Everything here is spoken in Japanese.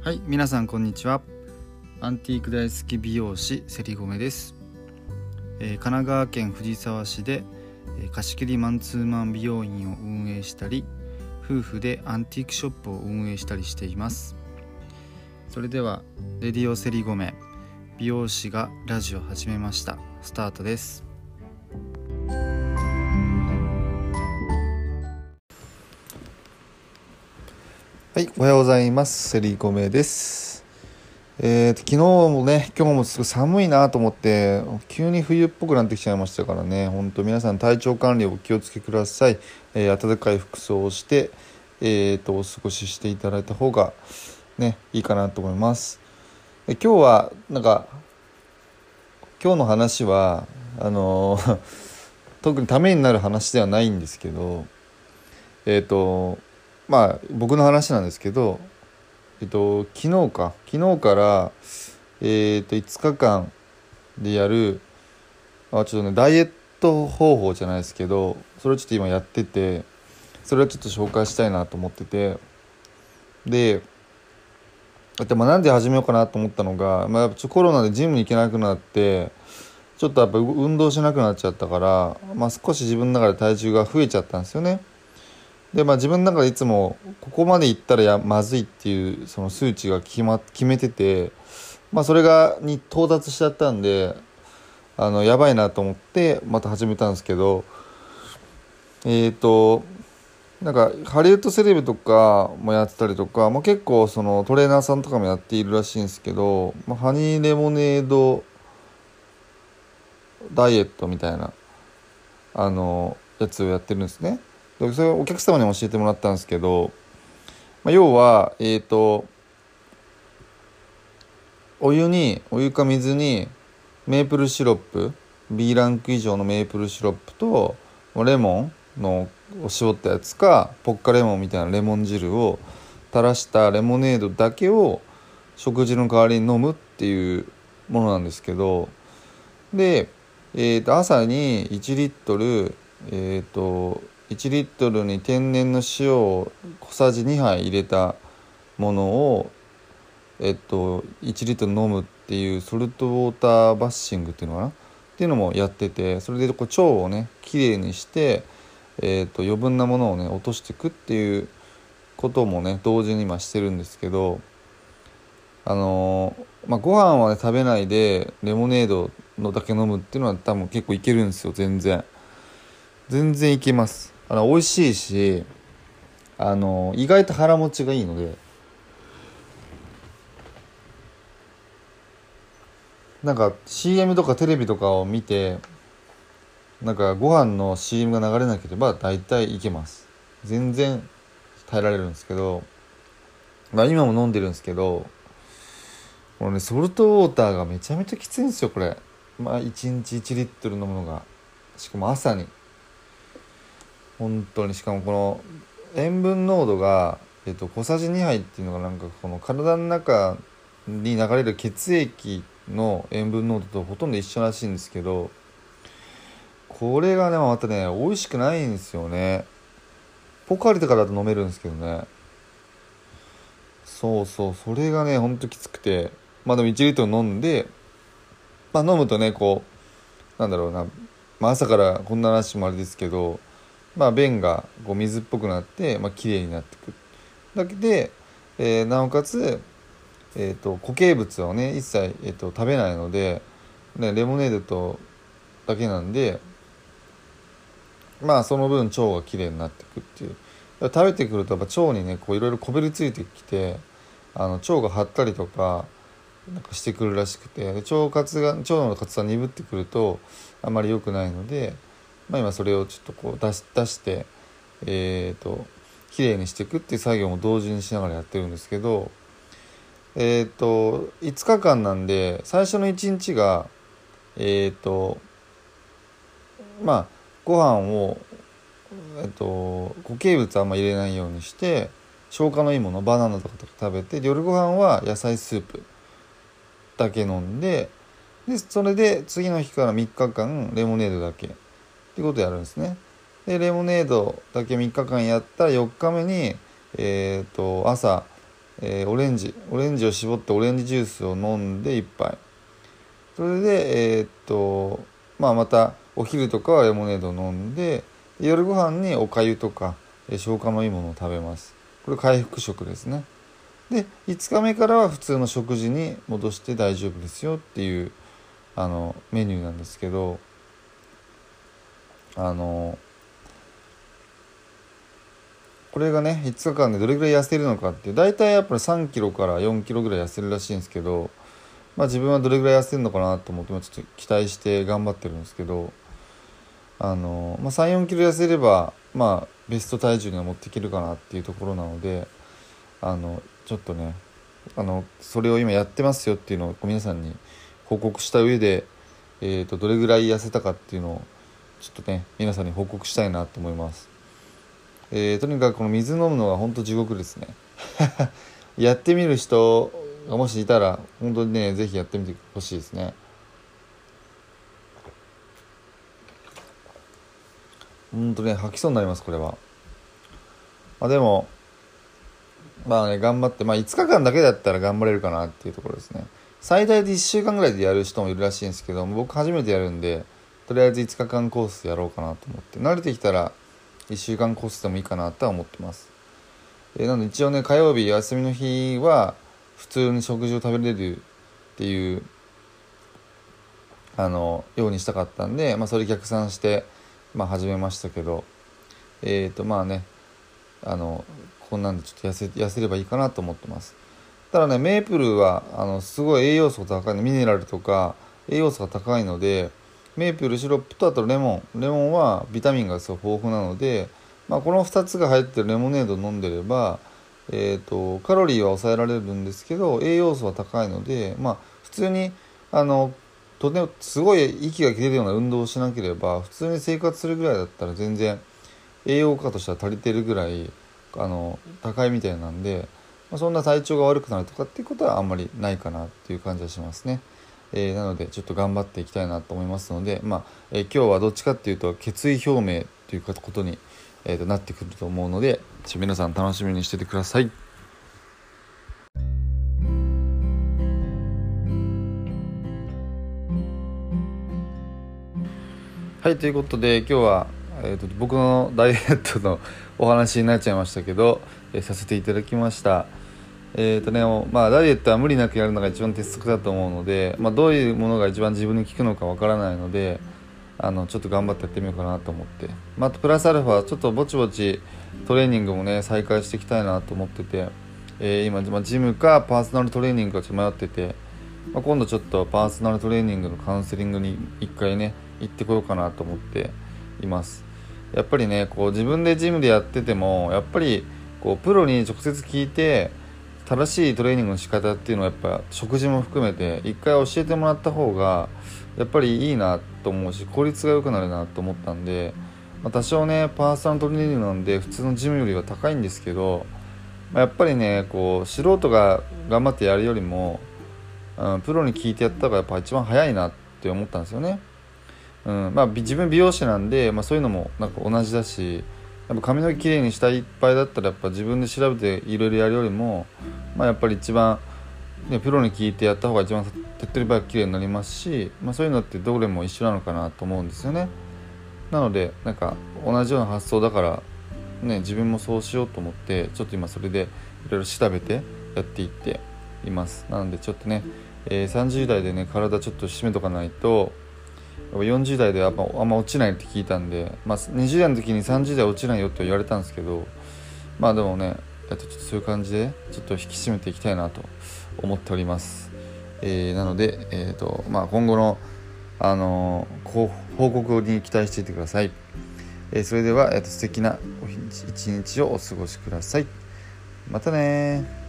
はい、皆さんこんにちは。アンティーク大好き美容師せりごめです。神奈川県藤沢市で、貸し切りマンツーマン美容院を運営したり、夫婦でアンティークショップを運営したりしています。それではレディオせりごめ美容師がラジオ始めました。スタートです。 はい、おはようございます。せりこめです。昨日もね、今日もすごい寒いなと思って、急に冬っぽくなってきちゃいましたからね、本当皆さん体調管理をお気をつけください。暖かい服装をして、お過ごししていただいた方がね、いいかなと思います。今日は、今日の話は、特にためになる話ではないんですけど、僕の話なんですけど、昨日から、5日間でやる、ちょっとね、ダイエット方法じゃないですけど、それをちょっと今やってて、それをちょっと紹介したいなと思ってて、なんで始めようかなと思ったのが、やっぱコロナでジムに行けなくなって、ちょっとやっぱ運動しなくなっちゃったから、少し自分の中で体重が増えちゃったんですよね。で、自分の中でいつもここまでいったらまずいっていうその数値が決めてて、それに到達しちゃったんで、やばいなと思ってまた始めたんですけど、ハリウッドセレブとかもやってたりとか、結構そのトレーナーさんとかもやっているらしいんですけど、ハニーレモネードダイエットみたいなやつをやってるんですね。でそれをお客様に教えてもらったんですけど、要はお湯か水にメープルシロップ B ランク以上のメープルシロップとレモンのを絞ったやつかポッカレモンみたいなレモン汁を垂らしたレモネードだけを食事の代わりに飲むっていうものなんですけど、で、朝に1リットル1リットルに天然の塩を小さじ2杯入れたものを1リットル飲むっていうソルトウォーターバッシングっていうのかなっていうのもやってて、それで腸をねきれいにして、余分なものをね落としていくっていうこともね同時に今してるんですけど、ご飯はね食べないでレモネードのだけ飲むっていうのは多分結構いけるんですよ。全然いけます。美味しいし、意外と腹持ちがいいので、CM とかテレビとかを見てご飯の CM が流れなければ大体いけます。全然耐えられるんですけど、今も飲んでるんですけど、このねソルトウォーターがめちゃめちゃきついんですよこれ。1日1リットル飲むのが、しかも朝に、本当に、しかもこの塩分濃度が、小さじ2杯っていうのがこの体の中に流れる血液の塩分濃度とほとんど一緒らしいんですけど、これがねまたね美味しくないんですよね。ポカリとかだと飲めるんですけどね。そうそう、それがねほんときつくて、でも1リットル飲んで、飲むとね朝からこんな話もあれですけど、便が水っぽくなって、きれいになってくるだけで、なおかつ、固形物をね一切、食べないので、レモネードとだけなんで、その分腸がきれいになってくっていう。食べてくるとやっぱ腸にねいろいろこびりついてきて、腸が張ったりとかしてくるらしくて、腸の活が鈍ってくるとあまり良くないので、今それをちょっと出してきれいにしていくっていう作業も同時にしながらやってるんですけど、5日間なんで、最初の1日がご飯を固形物あんま入れないようにして消化のいいものバナナとか食べて、夜ご飯は野菜スープだけ飲んで、それで次の日から3日間レモネードだけってことをやるんですね。でレモネードだけ3日間やったら4日目に朝、 オレンジを絞ってオレンジジュースを飲んで1杯、それでまたお昼とかはレモネードを飲んで、夜ご飯におかゆとか消化のいいものを食べます。これ回復食ですね。で5日目からは普通の食事に戻して大丈夫ですよっていうメニューなんですけど、これがね5日間でどれぐらい痩せるのかっていう、大体やっぱり3キロから4キロぐらい痩せるらしいんですけど、自分はどれぐらい痩せるのかなと思ってちょっと期待して頑張ってるんですけど、3、4キロ痩せればベスト体重には持っていけるかなっていうところなので、ちょっとねそれを今やってますよっていうのを皆さんに報告した上で、どれぐらい痩せたかっていうのをちょっとね皆さんに報告したいなと思います。とにかくこの水飲むのが本当地獄ですねやってみる人がもしいたら本当にねぜひやってみてほしいですね。本当ね吐きそうになります、これは。でも頑張って、5日間だけだったら頑張れるかなっていうところですね。最大で1週間ぐらいでやる人もいるらしいんですけど、僕初めてやるんでとりあえず5日間コースやろうかなと思って、慣れてきたら1週間コースでもいいかなとは思ってます。なので一応ね火曜日休みの日は普通に食事を食べれるっていうようにしたかったんで、それ逆算して始めましたけど、こんなんでちょっと痩せればいいかなと思ってます。ただねメープルはすごい栄養素が高いの、ミネラルとか栄養素が高いので、メープルシロップとあとレモンはビタミンがすごい豊富なので、この2つが入ってるレモネードを飲んでれば、カロリーは抑えられるんですけど栄養素は高いので、普通にとてもすごい息が切れるような運動をしなければ普通に生活するぐらいだったら全然栄養価としては足りてるぐらい高いみたいなんで、そんな体調が悪くなるとかっていうことはあんまりないかなっていう感じはしますね。なのでちょっと頑張っていきたいなと思いますので、今日はどっちかっていうと決意表明ということに、なってくると思うので、皆さん楽しみにしててください。はい、ということで今日は、僕のダイエットのお話になっちゃいましたけど、させていただきました。ダイエットは無理なくやるのが一番鉄則だと思うので、どういうものが一番自分に効くのかわからないので、ちょっと頑張ってやってみようかなと思って、あとプラスアルファちょっとぼちぼちトレーニングもね再開していきたいなと思ってて、今ジムかパーソナルトレーニングかちょっと迷ってて、今度ちょっとパーソナルトレーニングのカウンセリングに一回ね行ってこようかなと思っています。やっぱりね自分でジムでやっててもやっぱりプロに直接聞いて正しいトレーニングの仕方っていうのはやっぱ食事も含めて一回教えてもらった方がやっぱりいいなと思うし効率が良くなるなと思ったんで、多少ねパーソナルトレーニングなんで普通のジムよりは高いんですけど、やっぱりね素人が頑張ってやるよりも、プロに聞いてやった方がやっぱ一番早いなって思ったんですよね。自分美容師なんで、そういうのもなんか同じだし、やっぱ髪の毛きれいにしたいっぱいだったらやっぱ自分で調べていろいろやるよりも、やっぱり一番、プロに聞いてやった方が一番手っ取り早くきれいになりますし、そういうのってどれも一緒なのかなと思うんですよね。なのでなんか同じような発想だからね、自分もそうしようと思ってちょっと今それでいろいろ調べてやっていっています。なのでちょっとね、30代でね体ちょっと締めとかないと40代であんま落ちないって聞いたんで、20代の時に30代落ちないよって言われたんですけど、でもねちょっとそういう感じでちょっと引き締めていきたいなと思っております。なので、今後の、報告に期待していてください。それでは、素敵な一日をお過ごしください。またね。